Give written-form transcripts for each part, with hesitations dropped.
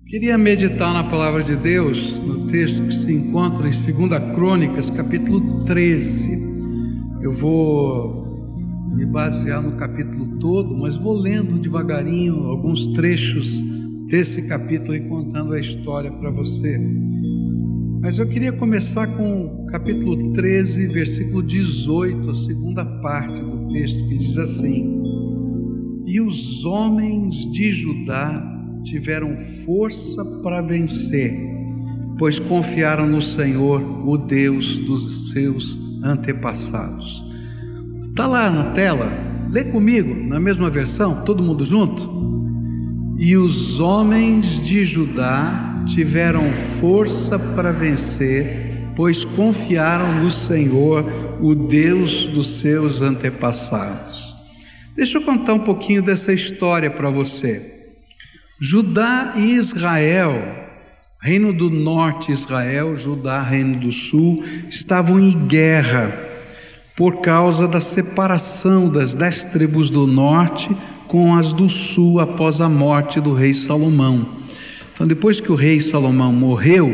Queria meditar na palavra de Deus, no texto que se encontra em 2 Crônicas, capítulo 13. Eu vou me basear no capítulo todo, mas vou lendo devagarinho alguns trechos desse capítulo e contando a história para você. Mas eu queria começar com o capítulo 13, versículo 18, a segunda parte do texto, que diz assim: E os homens de Judá tiveram força para vencer, pois confiaram no Senhor, o Deus dos seus antepassados. Está lá na tela, lê comigo, na mesma versão, todo mundo junto? E os homens de Judá tiveram força para vencer, pois confiaram no Senhor, o Deus dos seus antepassados. Deixa eu contar um pouquinho dessa história para você. Judá e Israel, reino do norte Israel, Judá, reino do sul, estavam em guerra por causa da separação das 10 tribos do norte com as do sul após a morte do rei Salomão. Então, depois que o rei Salomão morreu,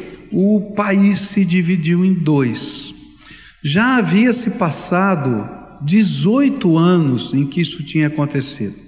o país se dividiu em 2. Já havia se passado 18 anos em que isso tinha acontecido.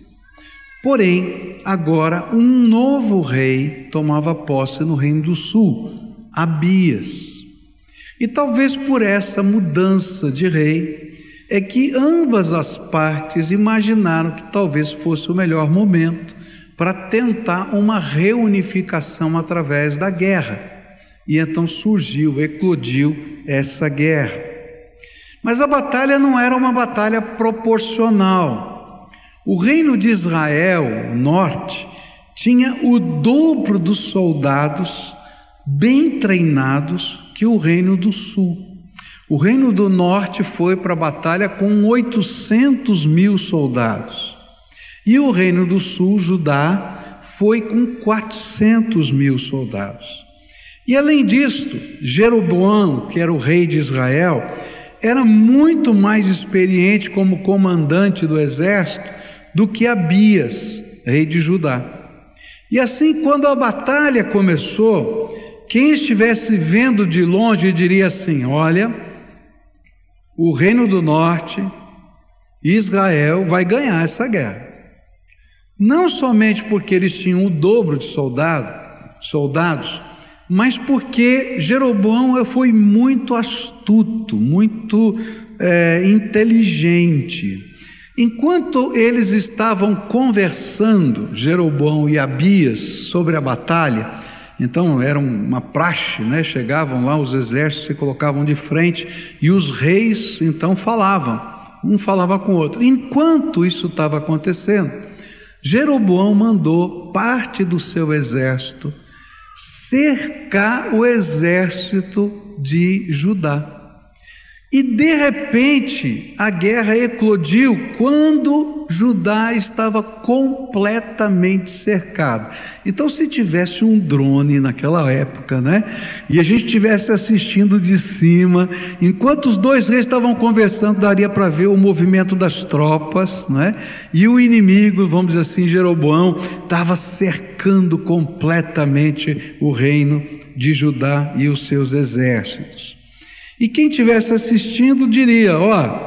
Porém, agora um novo rei tomava posse no reino do sul, Abias. E talvez por essa mudança de rei é que ambas as partes imaginaram que talvez fosse o melhor momento para tentar uma reunificação através da guerra. E então eclodiu essa guerra. Mas a batalha não era uma batalha proporcional. O reino de Israel, o norte, tinha o dobro dos soldados bem treinados que o reino do sul. O reino do norte foi para a batalha com 800 mil soldados. E o reino do sul, Judá, foi com 400 mil soldados. E além disto, Jeroboão, que era o rei de Israel, era muito mais experiente como comandante do exército do que Abias, rei de Judá. E assim, quando a batalha começou, quem estivesse vendo de longe diria assim: olha, o reino do norte, Israel, vai ganhar essa guerra. Não somente porque eles tinham o dobro de soldados, mas porque Jeroboão foi muito astuto, muito inteligente. Enquanto eles estavam conversando, Jeroboão e Abias, sobre a batalha, então era uma praxe, né? Chegavam lá, os exércitos se colocavam de frente e os reis então falavam, um falava com o outro. Enquanto isso estava acontecendo, Jeroboão mandou parte do seu exército cercar o exército de Judá. E de repente a guerra eclodiu quando Judá estava completamente cercado. Então, se tivesse um drone naquela época, né, e a gente estivesse assistindo de cima, enquanto os dois reis estavam conversando, daria para ver o movimento das tropas, né, e o inimigo, vamos dizer assim, Jeroboão, estava cercando completamente o reino de Judá e os seus exércitos. E quem estivesse assistindo diria: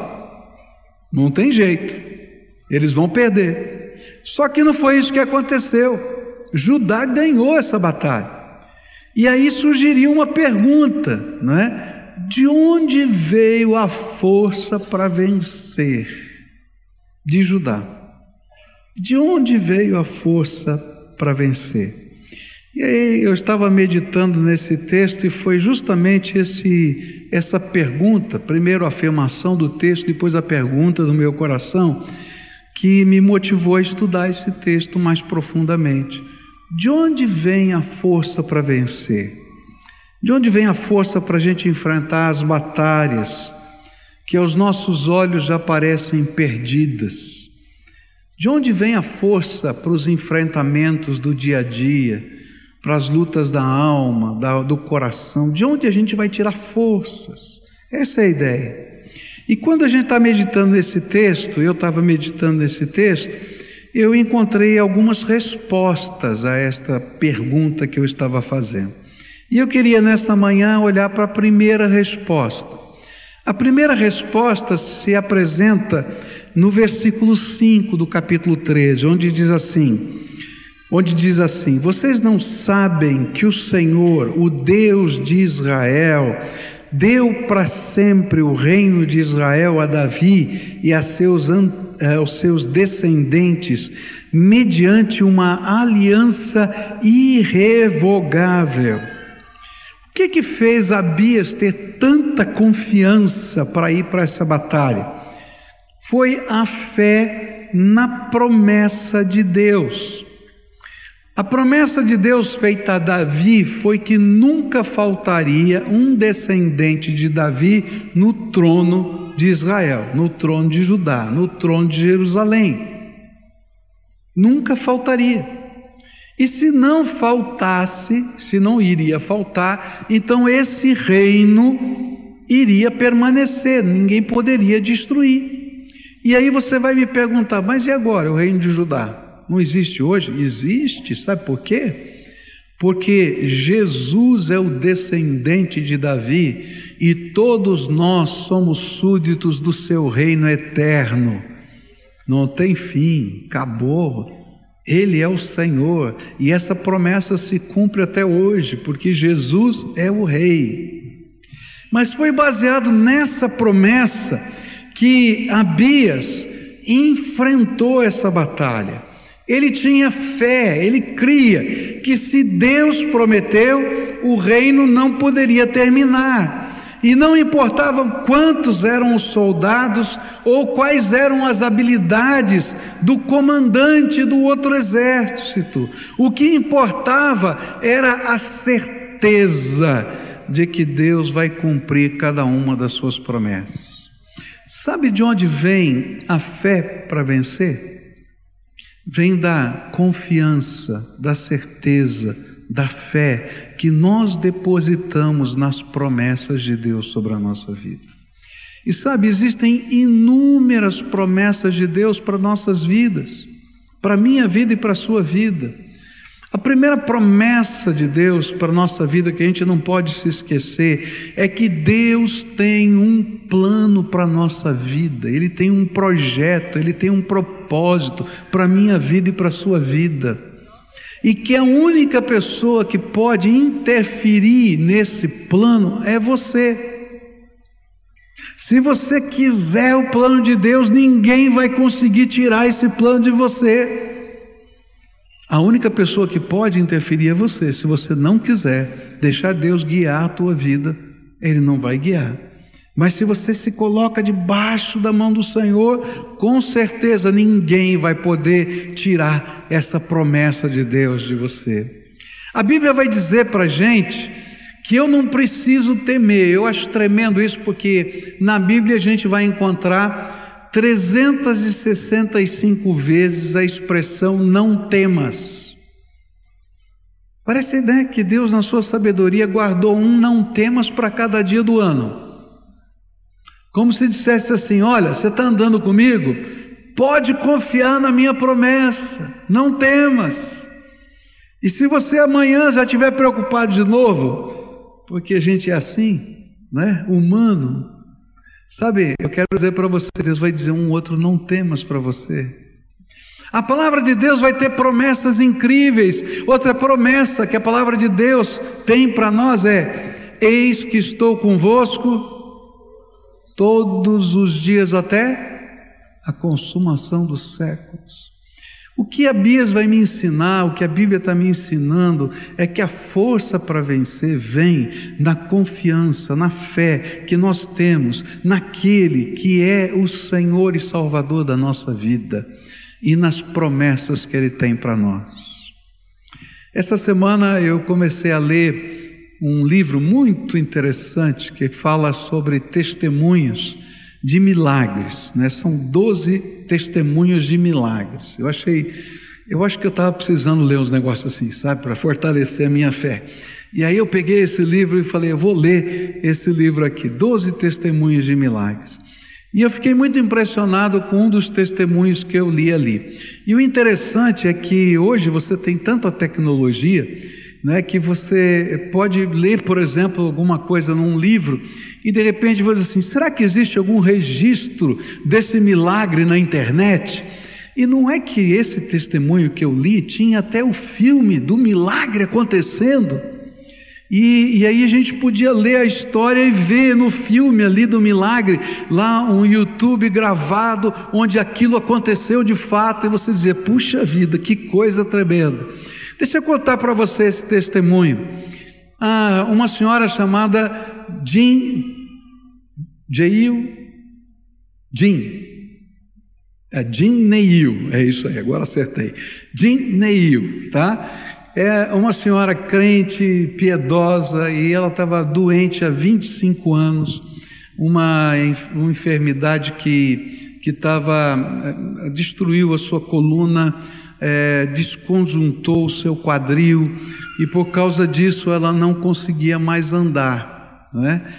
não tem jeito, eles vão perder. Só que não foi isso que aconteceu. Judá ganhou essa batalha. E aí surgiria uma pergunta, não é? De onde veio a força para vencer de Judá? De onde veio a força para vencer? E aí eu estava meditando nesse texto e foi justamente essa pergunta, primeiro a afirmação do texto, depois a pergunta do meu coração, que me motivou a estudar esse texto mais profundamente. De onde vem a força para vencer? De onde vem a força para a gente enfrentar as batalhas que aos nossos olhos já parecem perdidas? De onde vem a força para os enfrentamentos do dia a dia, para as lutas da alma, do coração? De onde a gente vai tirar forças? Essa é a ideia. E quando a gente está meditando nesse texto, eu estava meditando nesse texto, eu encontrei algumas respostas a esta pergunta que eu estava fazendo. E eu queria nesta manhã olhar para a primeira resposta. A primeira resposta se apresenta no versículo 5 do capítulo 13, onde diz assim: vocês não sabem que o Senhor, o Deus de Israel, deu para sempre o reino de Israel a Davi e aos seus descendentes, mediante uma aliança irrevogável. O que fez Abias ter tanta confiança para ir para essa batalha? Foi a fé na promessa de Deus. A promessa de Deus feita a Davi foi que nunca faltaria um descendente de Davi no trono de Israel, no trono de Judá, no trono de Jerusalém. Nunca faltaria. E se não faltasse, se não iria faltar, então esse reino iria permanecer, ninguém poderia destruir. E aí você vai me perguntar, mas e agora o reino de Judá? Não existe hoje? Existe, sabe por quê? Porque Jesus é o descendente de Davi e todos nós somos súditos do seu reino eterno. Não tem fim, acabou. Ele é o Senhor e essa promessa se cumpre até hoje, porque Jesus é o Rei. Mas foi baseado nessa promessa que Abias enfrentou essa batalha. Ele tinha fé, ele cria que se Deus prometeu, o reino não poderia terminar. E não importava quantos eram os soldados ou quais eram as habilidades do comandante do outro exército. O que importava era a certeza de que Deus vai cumprir cada uma das suas promessas. Sabe de onde vem a fé para vencer? Vem da confiança, da certeza, da fé que nós depositamos nas promessas de Deus sobre a nossa vida. E sabe, existem inúmeras promessas de Deus para nossas vidas, para a minha vida e para a sua vida. A primeira promessa de Deus para a nossa vida, que a gente não pode se esquecer, é que Deus tem um plano para a nossa vida, Ele tem um projeto, Ele tem um propósito para a minha vida e para a sua vida. E que a única pessoa que pode interferir nesse plano é você. Se você quiser o plano de Deus, ninguém vai conseguir tirar esse plano de você. A única pessoa que pode interferir é você. Se você não quiser deixar Deus guiar a tua vida, Ele não vai guiar. Mas se você se coloca debaixo da mão do Senhor, com certeza ninguém vai poder tirar essa promessa de Deus de você. A Bíblia vai dizer para a gente que eu não preciso temer. Eu acho tremendo isso, porque na Bíblia a gente vai encontrar 365 vezes a expressão não temas. Parece, né, que Deus na sua sabedoria guardou um não temas para cada dia do ano. Como se dissesse assim: olha, você está andando comigo? Pode confiar na minha promessa, não temas. E se você amanhã já estiver preocupado de novo, porque a gente é assim, né? Humano. Sabe, eu quero dizer para você, Deus vai dizer um outro não temas para você. A palavra de Deus vai ter promessas incríveis. Outra promessa que a palavra de Deus tem para nós é: eis que estou convosco todos os dias até a consumação dos séculos. O que Abias vai me ensinar, o que a Bíblia está me ensinando, é que a força para vencer vem na confiança, na fé que nós temos naquele que é o Senhor e Salvador da nossa vida e nas promessas que Ele tem para nós. Essa semana eu comecei a ler um livro muito interessante que fala sobre testemunhos de milagres, né? São 12 testemunhos de milagres. Eu acho que eu estava precisando ler uns negócios assim, sabe, para fortalecer a minha fé. E aí eu peguei esse livro e falei: eu vou ler esse livro aqui, 12 testemunhos de milagres. E eu fiquei muito impressionado com um dos testemunhos que eu li ali. E o interessante é que hoje você tem tanta tecnologia, né, que você pode ler, por exemplo, alguma coisa num livro e de repente você diz assim, será que existe algum registro desse milagre na internet? E não é que esse testemunho que eu li tinha até o filme do milagre acontecendo. E aí a gente podia ler a história e ver no filme ali do milagre, lá um YouTube gravado, onde aquilo aconteceu de fato, e você dizer, puxa vida, que coisa tremenda. Deixa eu contar para você esse testemunho. Uma senhora chamada Jean Neil, é isso aí, agora acertei. Jean Neil, tá? É uma senhora crente, piedosa, e ela estava doente há 25 anos, uma enfermidade que destruiu a sua coluna, desconjuntou o seu quadril, e por causa disso ela não conseguia mais andar, não é?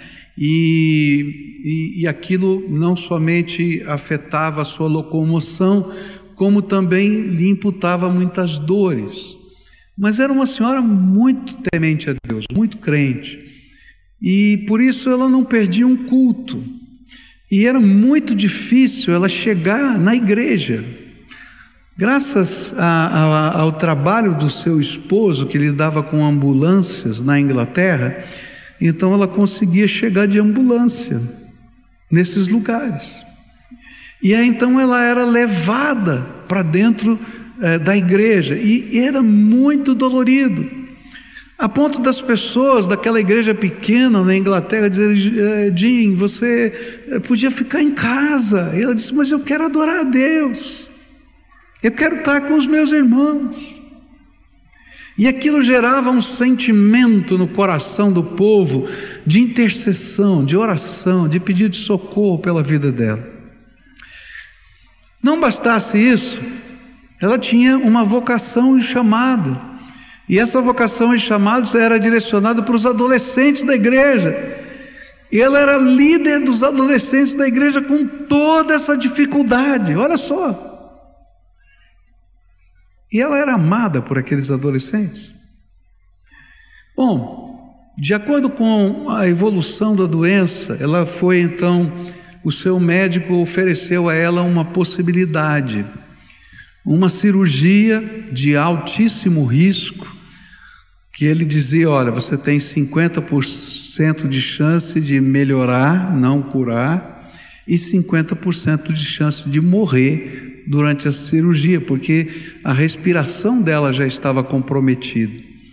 E aquilo não somente afetava a sua locomoção, como também lhe imputava muitas dores. Mas era uma senhora muito temente a Deus, muito crente, e por isso ela não perdia um culto, e era muito difícil ela chegar na igreja. Graças ao trabalho do seu esposo, que lidava com ambulâncias na Inglaterra, então ela conseguia chegar de ambulância nesses lugares, e aí então ela era levada para dentro da igreja, e era muito dolorido, a ponto das pessoas daquela igreja pequena na Inglaterra dizerem, Jean, você podia ficar em casa. E ela disse, mas eu quero adorar a Deus, eu quero estar com os meus irmãos. E aquilo gerava um sentimento no coração do povo de intercessão, de oração, de pedido de socorro pela vida dela. Não bastasse isso, ela tinha uma vocação e chamado, e essa vocação e chamado era direcionada para os adolescentes da igreja, e ela era líder dos adolescentes da igreja com toda essa dificuldade, olha só, e ela era amada por aqueles adolescentes. Bom, de acordo com a evolução da doença, ela foi então, o seu médico ofereceu a ela uma possibilidade, uma cirurgia de altíssimo risco, que ele dizia, olha, você tem 50% de chance de melhorar, não curar, e 50% de chance de morrer durante a cirurgia, porque a respiração dela já estava comprometida.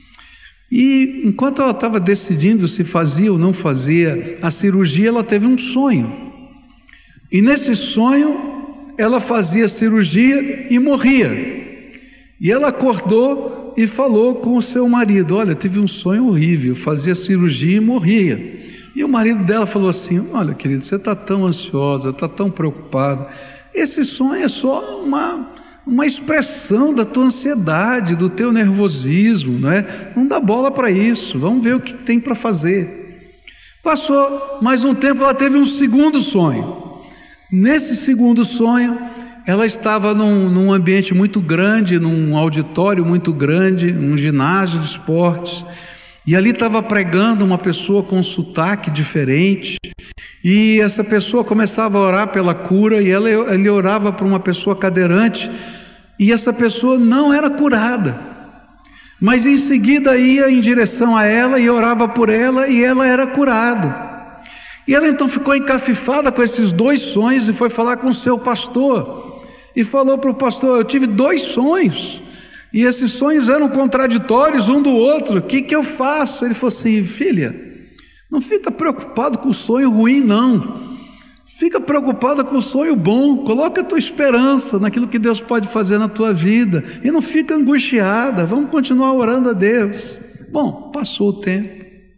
E enquanto ela estava decidindo se fazia ou não fazia a cirurgia, ela teve um sonho, e nesse sonho ela fazia cirurgia e morria, e ela acordou e falou com o seu marido, olha, eu tive um sonho horrível, eu fazia cirurgia e morria. E o marido dela falou assim, olha querido, você está tão ansiosa, está tão preocupada, esse sonho é só uma expressão da tua ansiedade, do teu nervosismo, não é? Não dá bola para isso, vamos ver o que tem para fazer. Passou mais um tempo, ela teve um segundo sonho. Nesse segundo sonho, ela estava num ambiente muito grande, num auditório muito grande, um ginásio de esportes, e ali estava pregando uma pessoa com um sotaque diferente, e essa pessoa começava a orar pela cura, e ele orava para uma pessoa cadeirante, e essa pessoa não era curada, mas em seguida ia em direção a ela e orava por ela, e ela era curada. E ela então ficou encafifada com esses dois sonhos e foi falar com o seu pastor, e falou para o pastor, eu tive 2 sonhos, e esses sonhos eram contraditórios um do outro, o que eu faço? Ele falou assim, filha, não fica preocupado com o sonho ruim não, fica preocupada com o sonho bom, coloca a tua esperança naquilo que Deus pode fazer na tua vida, e não fica angustiada, vamos continuar orando a Deus. Bom, passou o tempo,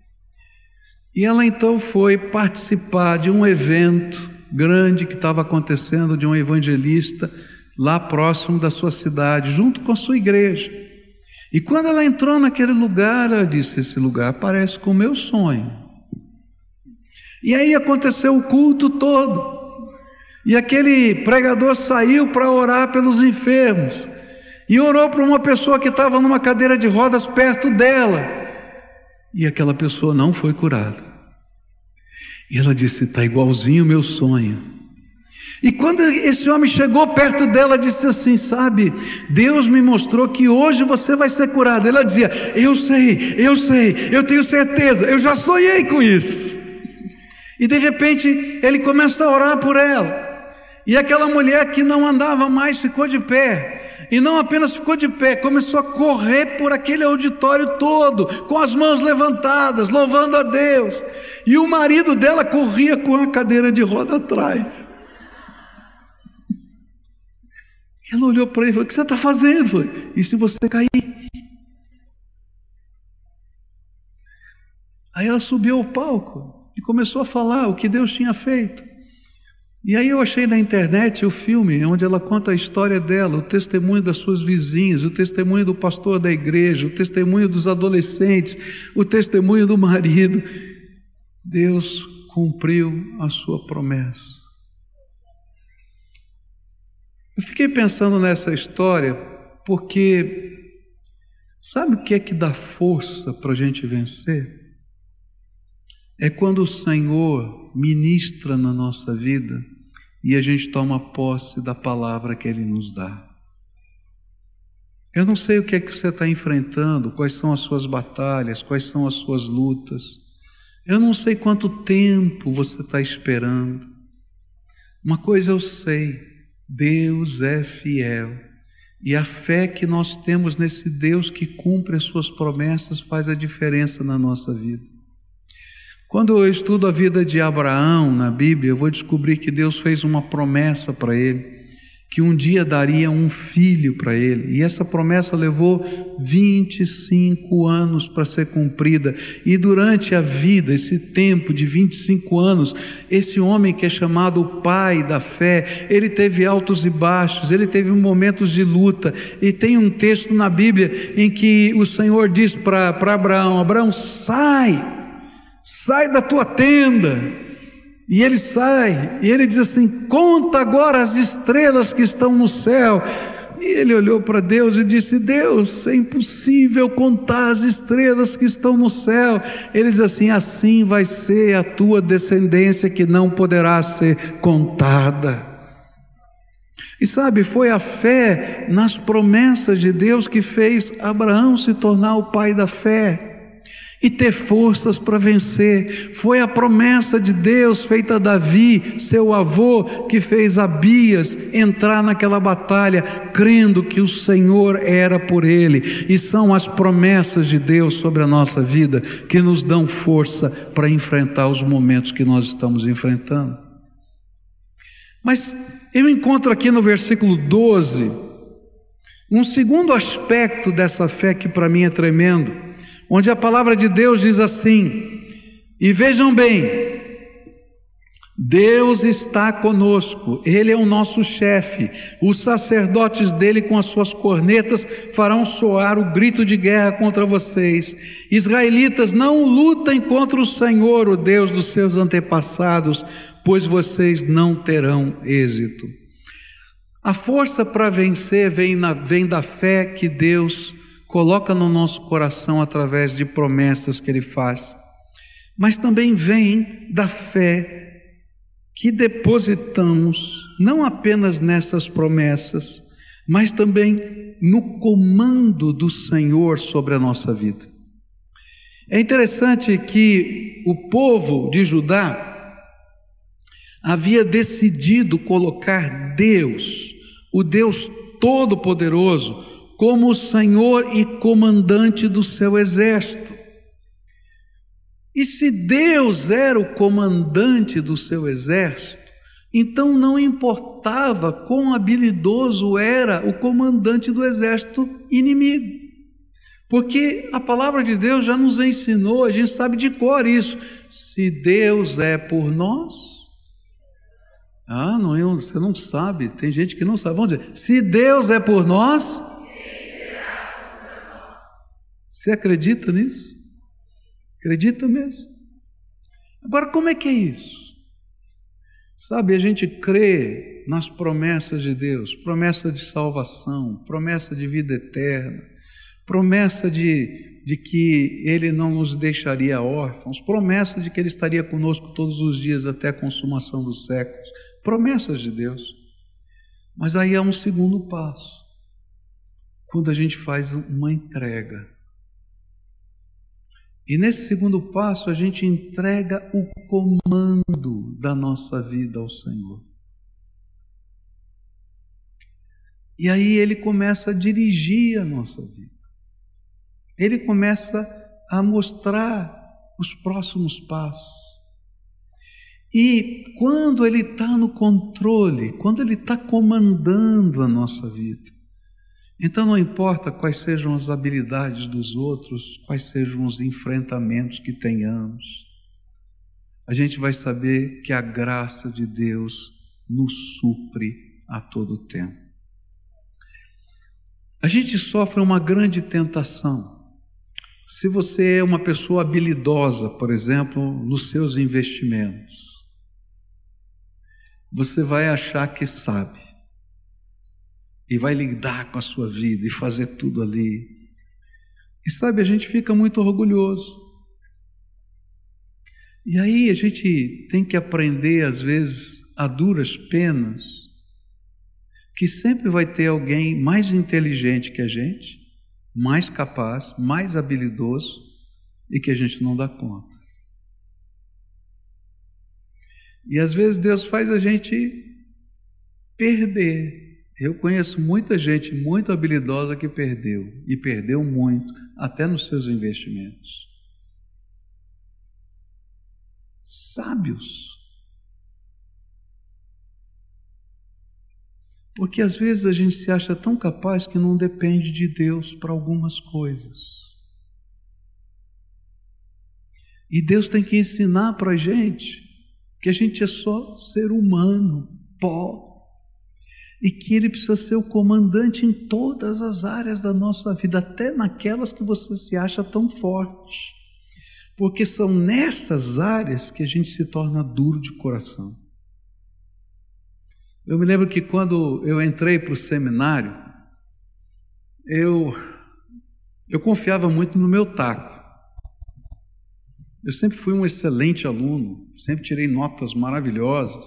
e ela então foi participar de um evento grande que estava acontecendo, de um evangelista lá próximo da sua cidade, junto com a sua igreja. E quando ela entrou naquele lugar, ela disse, esse lugar parece com o meu sonho. E aí aconteceu o culto todo, E aquele pregador saiu para orar pelos enfermos, e orou para uma pessoa que estava numa cadeira de rodas perto dela, e aquela pessoa não foi curada. E ela disse: está igualzinho o meu sonho. E quando esse homem chegou perto dela, disse assim: sabe, Deus me mostrou que hoje você vai ser curado. Ela dizia: eu sei, eu tenho certeza, eu já sonhei com isso. E de repente ele começa a orar por ela, e aquela mulher que não andava mais ficou de pé. E não apenas ficou de pé, começou a correr por aquele auditório todo, com as mãos levantadas, louvando a Deus. E o marido dela corria com a cadeira de roda atrás. Ela olhou para ele e falou: o que você está fazendo? Falei: e se você cair? Aí ela subiu ao palco e começou a falar o que Deus tinha feito. E aí eu achei na internet o filme onde ela conta a história dela, o testemunho das suas vizinhas, o testemunho do pastor da igreja, o testemunho dos adolescentes, o testemunho do marido. Deus cumpriu a sua promessa. Eu fiquei pensando nessa história porque sabe o que é que dá força para a gente vencer? É quando o Senhor ministra na nossa vida e a gente toma posse da palavra que Ele nos dá. Eu não sei o que é que você está enfrentando, quais são as suas batalhas, quais são as suas lutas. Eu não sei quanto tempo você está esperando. Uma coisa eu sei: Deus é fiel. E a fé que nós temos nesse Deus que cumpre as suas promessas faz a diferença na nossa vida. Quando eu estudo a vida de Abraão na Bíblia, eu vou descobrir que Deus fez uma promessa para ele, que um dia daria um filho para ele, e essa promessa levou 25 anos para ser cumprida, e durante a vida, esse tempo de 25 anos, esse homem que é chamado o pai da fé, ele teve altos e baixos, ele teve momentos de luta, e tem um texto na Bíblia em que o Senhor diz para Abraão: Abraão, sai da tua tenda. E ele sai, e ele diz assim: conta agora as estrelas que estão no céu. E ele olhou para Deus e disse: Deus, é impossível contar as estrelas que estão no céu. Ele diz assim: assim vai ser a tua descendência, que não poderá ser contada. E sabe, foi a fé nas promessas de Deus que fez Abraão se tornar o pai da fé e ter forças para vencer. Foi a promessa de Deus feita a Davi, seu avô, que fez Abias entrar naquela batalha, crendo que o Senhor era por ele. E são as promessas de Deus sobre a nossa vida que nos dão força para enfrentar os momentos que nós estamos enfrentando. Mas eu encontro aqui no versículo 12 um segundo aspecto dessa fé que para mim é tremendo, onde a palavra de Deus diz assim: e vejam bem, Deus está conosco, Ele é o nosso chefe, os sacerdotes dele com as suas cornetas farão soar o grito de guerra contra vocês. Israelitas, não lutem contra o Senhor, o Deus dos seus antepassados, pois vocês não terão êxito. A força para vencer vem da fé que Deus coloca no nosso coração através de promessas que Ele faz, mas também vem da fé que depositamos não apenas nessas promessas, mas também no comando do Senhor sobre a nossa vida. É interessante que o povo de Judá havia decidido colocar Deus, o Deus Todo-Poderoso, como o Senhor e comandante do seu exército. E se Deus era o comandante do seu exército, então não importava quão habilidoso era o comandante do exército inimigo, porque a palavra de Deus já nos ensinou, a gente sabe de cor isso: se Deus é por nós, não, você não sabe, tem gente que não sabe, vamos dizer, se Deus é por nós, você acredita nisso? Acredita mesmo? Agora, como é que é isso? Sabe, a gente crê nas promessas de Deus, promessa de salvação, promessa de vida eterna, promessa de que Ele não nos deixaria órfãos, promessa de que Ele estaria conosco todos os dias até a consumação dos séculos, promessas de Deus. Mas aí há um segundo passo, quando a gente faz uma entrega. E nesse segundo passo a gente entrega o comando da nossa vida ao Senhor. E aí Ele começa a dirigir a nossa vida. Ele começa a mostrar os próximos passos. E quando Ele está no controle, quando Ele está comandando a nossa vida, então não importa quais sejam as habilidades dos outros, quais sejam os enfrentamentos que tenhamos, a gente vai saber que a graça de Deus nos supre a todo tempo. A gente sofre uma grande tentação. Se você é uma pessoa habilidosa, por exemplo, nos seus investimentos, você vai achar que sabe. E vai lidar com a sua vida e fazer tudo ali. E sabe, a gente fica muito orgulhoso. E aí a gente tem que aprender, às vezes, a duras penas, que sempre vai ter alguém mais inteligente que a gente, mais capaz, mais habilidoso, e que a gente não dá conta. E às vezes Deus faz a gente perder. Eu conheço muita gente muito habilidosa que perdeu, e perdeu muito, até nos seus investimentos. Sábios. Porque às vezes a gente se acha tão capaz que não depende de Deus para algumas coisas. E Deus tem que ensinar para a gente que a gente é só ser humano, pó, e que Ele precisa ser o comandante em todas as áreas da nossa vida, até naquelas que você se acha tão forte, porque são nessas áreas que a gente se torna duro de coração. Eu me lembro que quando eu entrei para o seminário, eu confiava muito no meu taco. Eu sempre fui um excelente aluno, sempre tirei notas maravilhosas.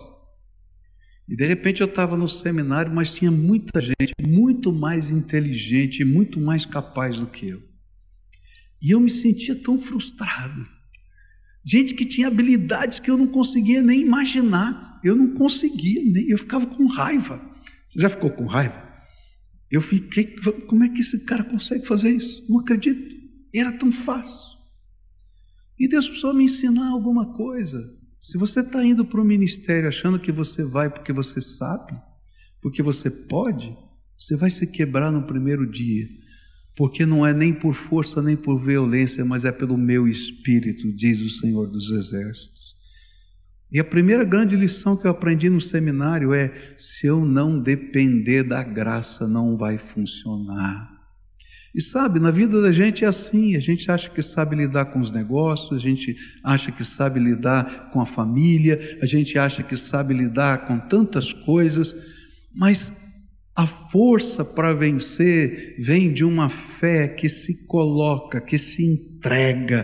E de repente eu estava no seminário, mas tinha muita gente muito mais inteligente, muito mais capaz do que eu. E eu me sentia tão frustrado. Gente que tinha habilidades que eu não conseguia nem imaginar. Eu não conseguia, eu ficava com raiva. Você já ficou com raiva? Eu fiquei, como é que esse cara consegue fazer isso? Não acredito. Era tão fácil. E Deus precisou me ensinar alguma coisa. Se você está indo para o ministério achando que você vai porque você sabe, porque você pode, você vai se quebrar no primeiro dia, porque não é nem por força nem por violência, mas é pelo meu espírito, diz o Senhor dos Exércitos. E a primeira grande lição que eu aprendi no seminário é: se eu não depender da graça, não vai funcionar. E sabe, na vida da gente é assim, a gente acha que sabe lidar com os negócios, a gente acha que sabe lidar com a família, a gente acha que sabe lidar com tantas coisas, mas a força para vencer vem de uma fé que se coloca, que se entrega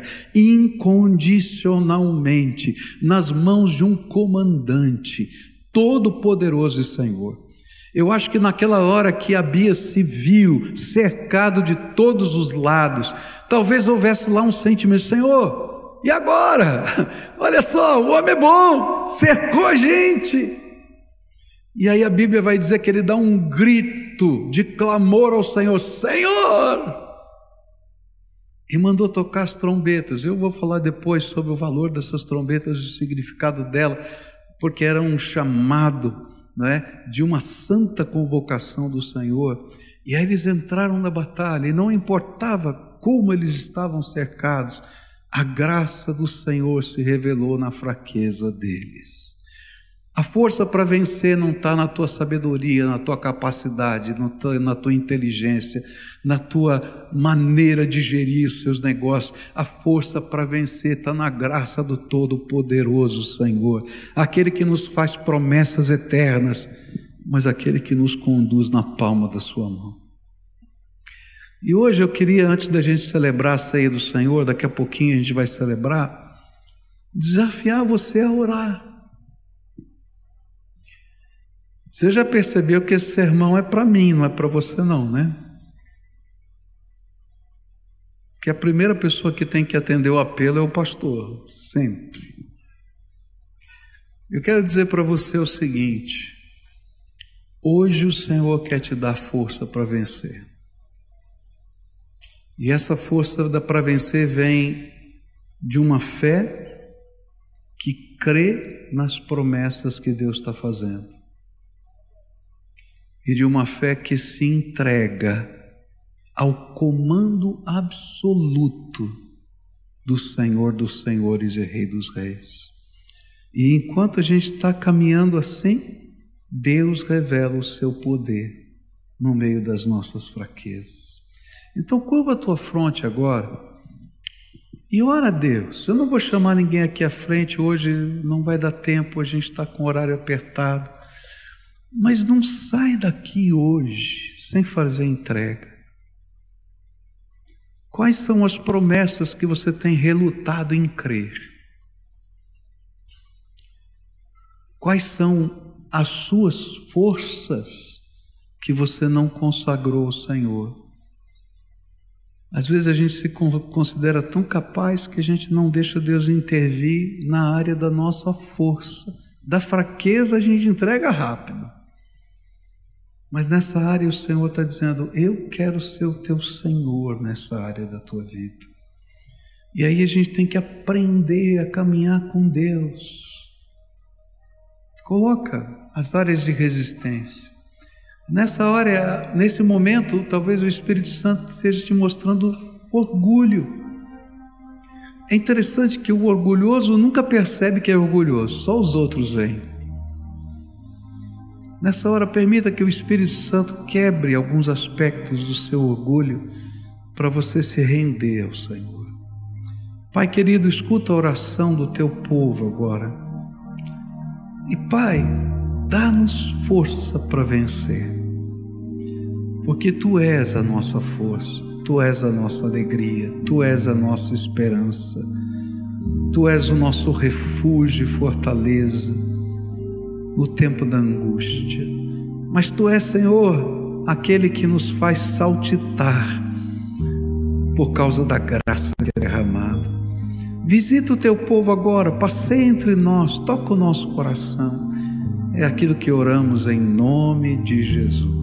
incondicionalmente nas mãos de um comandante todo-poderoso e Senhor. Eu acho que naquela hora que Abias se viu cercado de todos os lados, talvez houvesse lá um sentimento: Senhor, e agora? Olha só, o homem é bom, cercou a gente. E aí a Bíblia vai dizer que ele dá um grito de clamor ao Senhor: Senhor! E mandou tocar as trombetas. Eu vou falar depois sobre o valor dessas trombetas, o significado dela, porque era um chamado, não é, de uma santa convocação do Senhor. E aí eles entraram na batalha, e não importava como eles estavam cercados, a graça do Senhor se revelou na fraqueza deles. A força para vencer não está na tua sabedoria, na tua capacidade, na tua inteligência, na tua maneira de gerir os seus negócios. A força para vencer está na graça do Todo-Poderoso Senhor, aquele que nos faz promessas eternas, mas aquele que nos conduz na palma da sua mão. E hoje eu queria, antes da gente celebrar a ceia do Senhor, daqui a pouquinho a gente vai celebrar, desafiar você a orar. Você já percebeu que esse sermão é para mim, não é para você não, né? Que a primeira pessoa que tem que atender o apelo é o pastor, sempre. Eu quero dizer para você o seguinte: hoje o Senhor quer te dar força para vencer. E essa força para vencer vem de uma fé que crê nas promessas que Deus está fazendo. E de uma fé que se entrega ao comando absoluto do Senhor dos Senhores e Rei dos Reis. E enquanto a gente está caminhando assim, Deus revela o seu poder no meio das nossas fraquezas. Então curva a tua fronte agora e ora a Deus. Eu não vou chamar ninguém aqui à frente, hoje não vai dar tempo, a gente está com o horário apertado. Mas não sai daqui hoje sem fazer entrega. Quais são as promessas que você tem relutado em crer? Quais são as suas forças que você não consagrou ao Senhor? Às vezes a gente se considera tão capaz que a gente não deixa Deus intervir na área da nossa força. Da fraqueza a gente entrega rápido. Mas nessa área o Senhor está dizendo: eu quero ser o teu Senhor nessa área da tua vida. E aí a gente tem que aprender a caminhar com Deus. Coloca as áreas de resistência. Nessa hora, nesse momento, talvez o Espírito Santo esteja te mostrando orgulho. É interessante que o orgulhoso nunca percebe que é orgulhoso, só os outros veem. Nessa hora, permita que o Espírito Santo quebre alguns aspectos do seu orgulho para você se render ao Senhor. Pai querido, escuta a oração do teu povo agora. E Pai, dá-nos força para vencer, porque Tu és a nossa força, Tu és a nossa alegria, Tu és a nossa esperança, Tu és o nosso refúgio e fortaleza no tempo da angústia. Mas Tu és, Senhor, aquele que nos faz saltitar por causa da graça que é derramada. Visita o Teu povo agora, passeia entre nós, toca o nosso coração. É aquilo que oramos em nome de Jesus.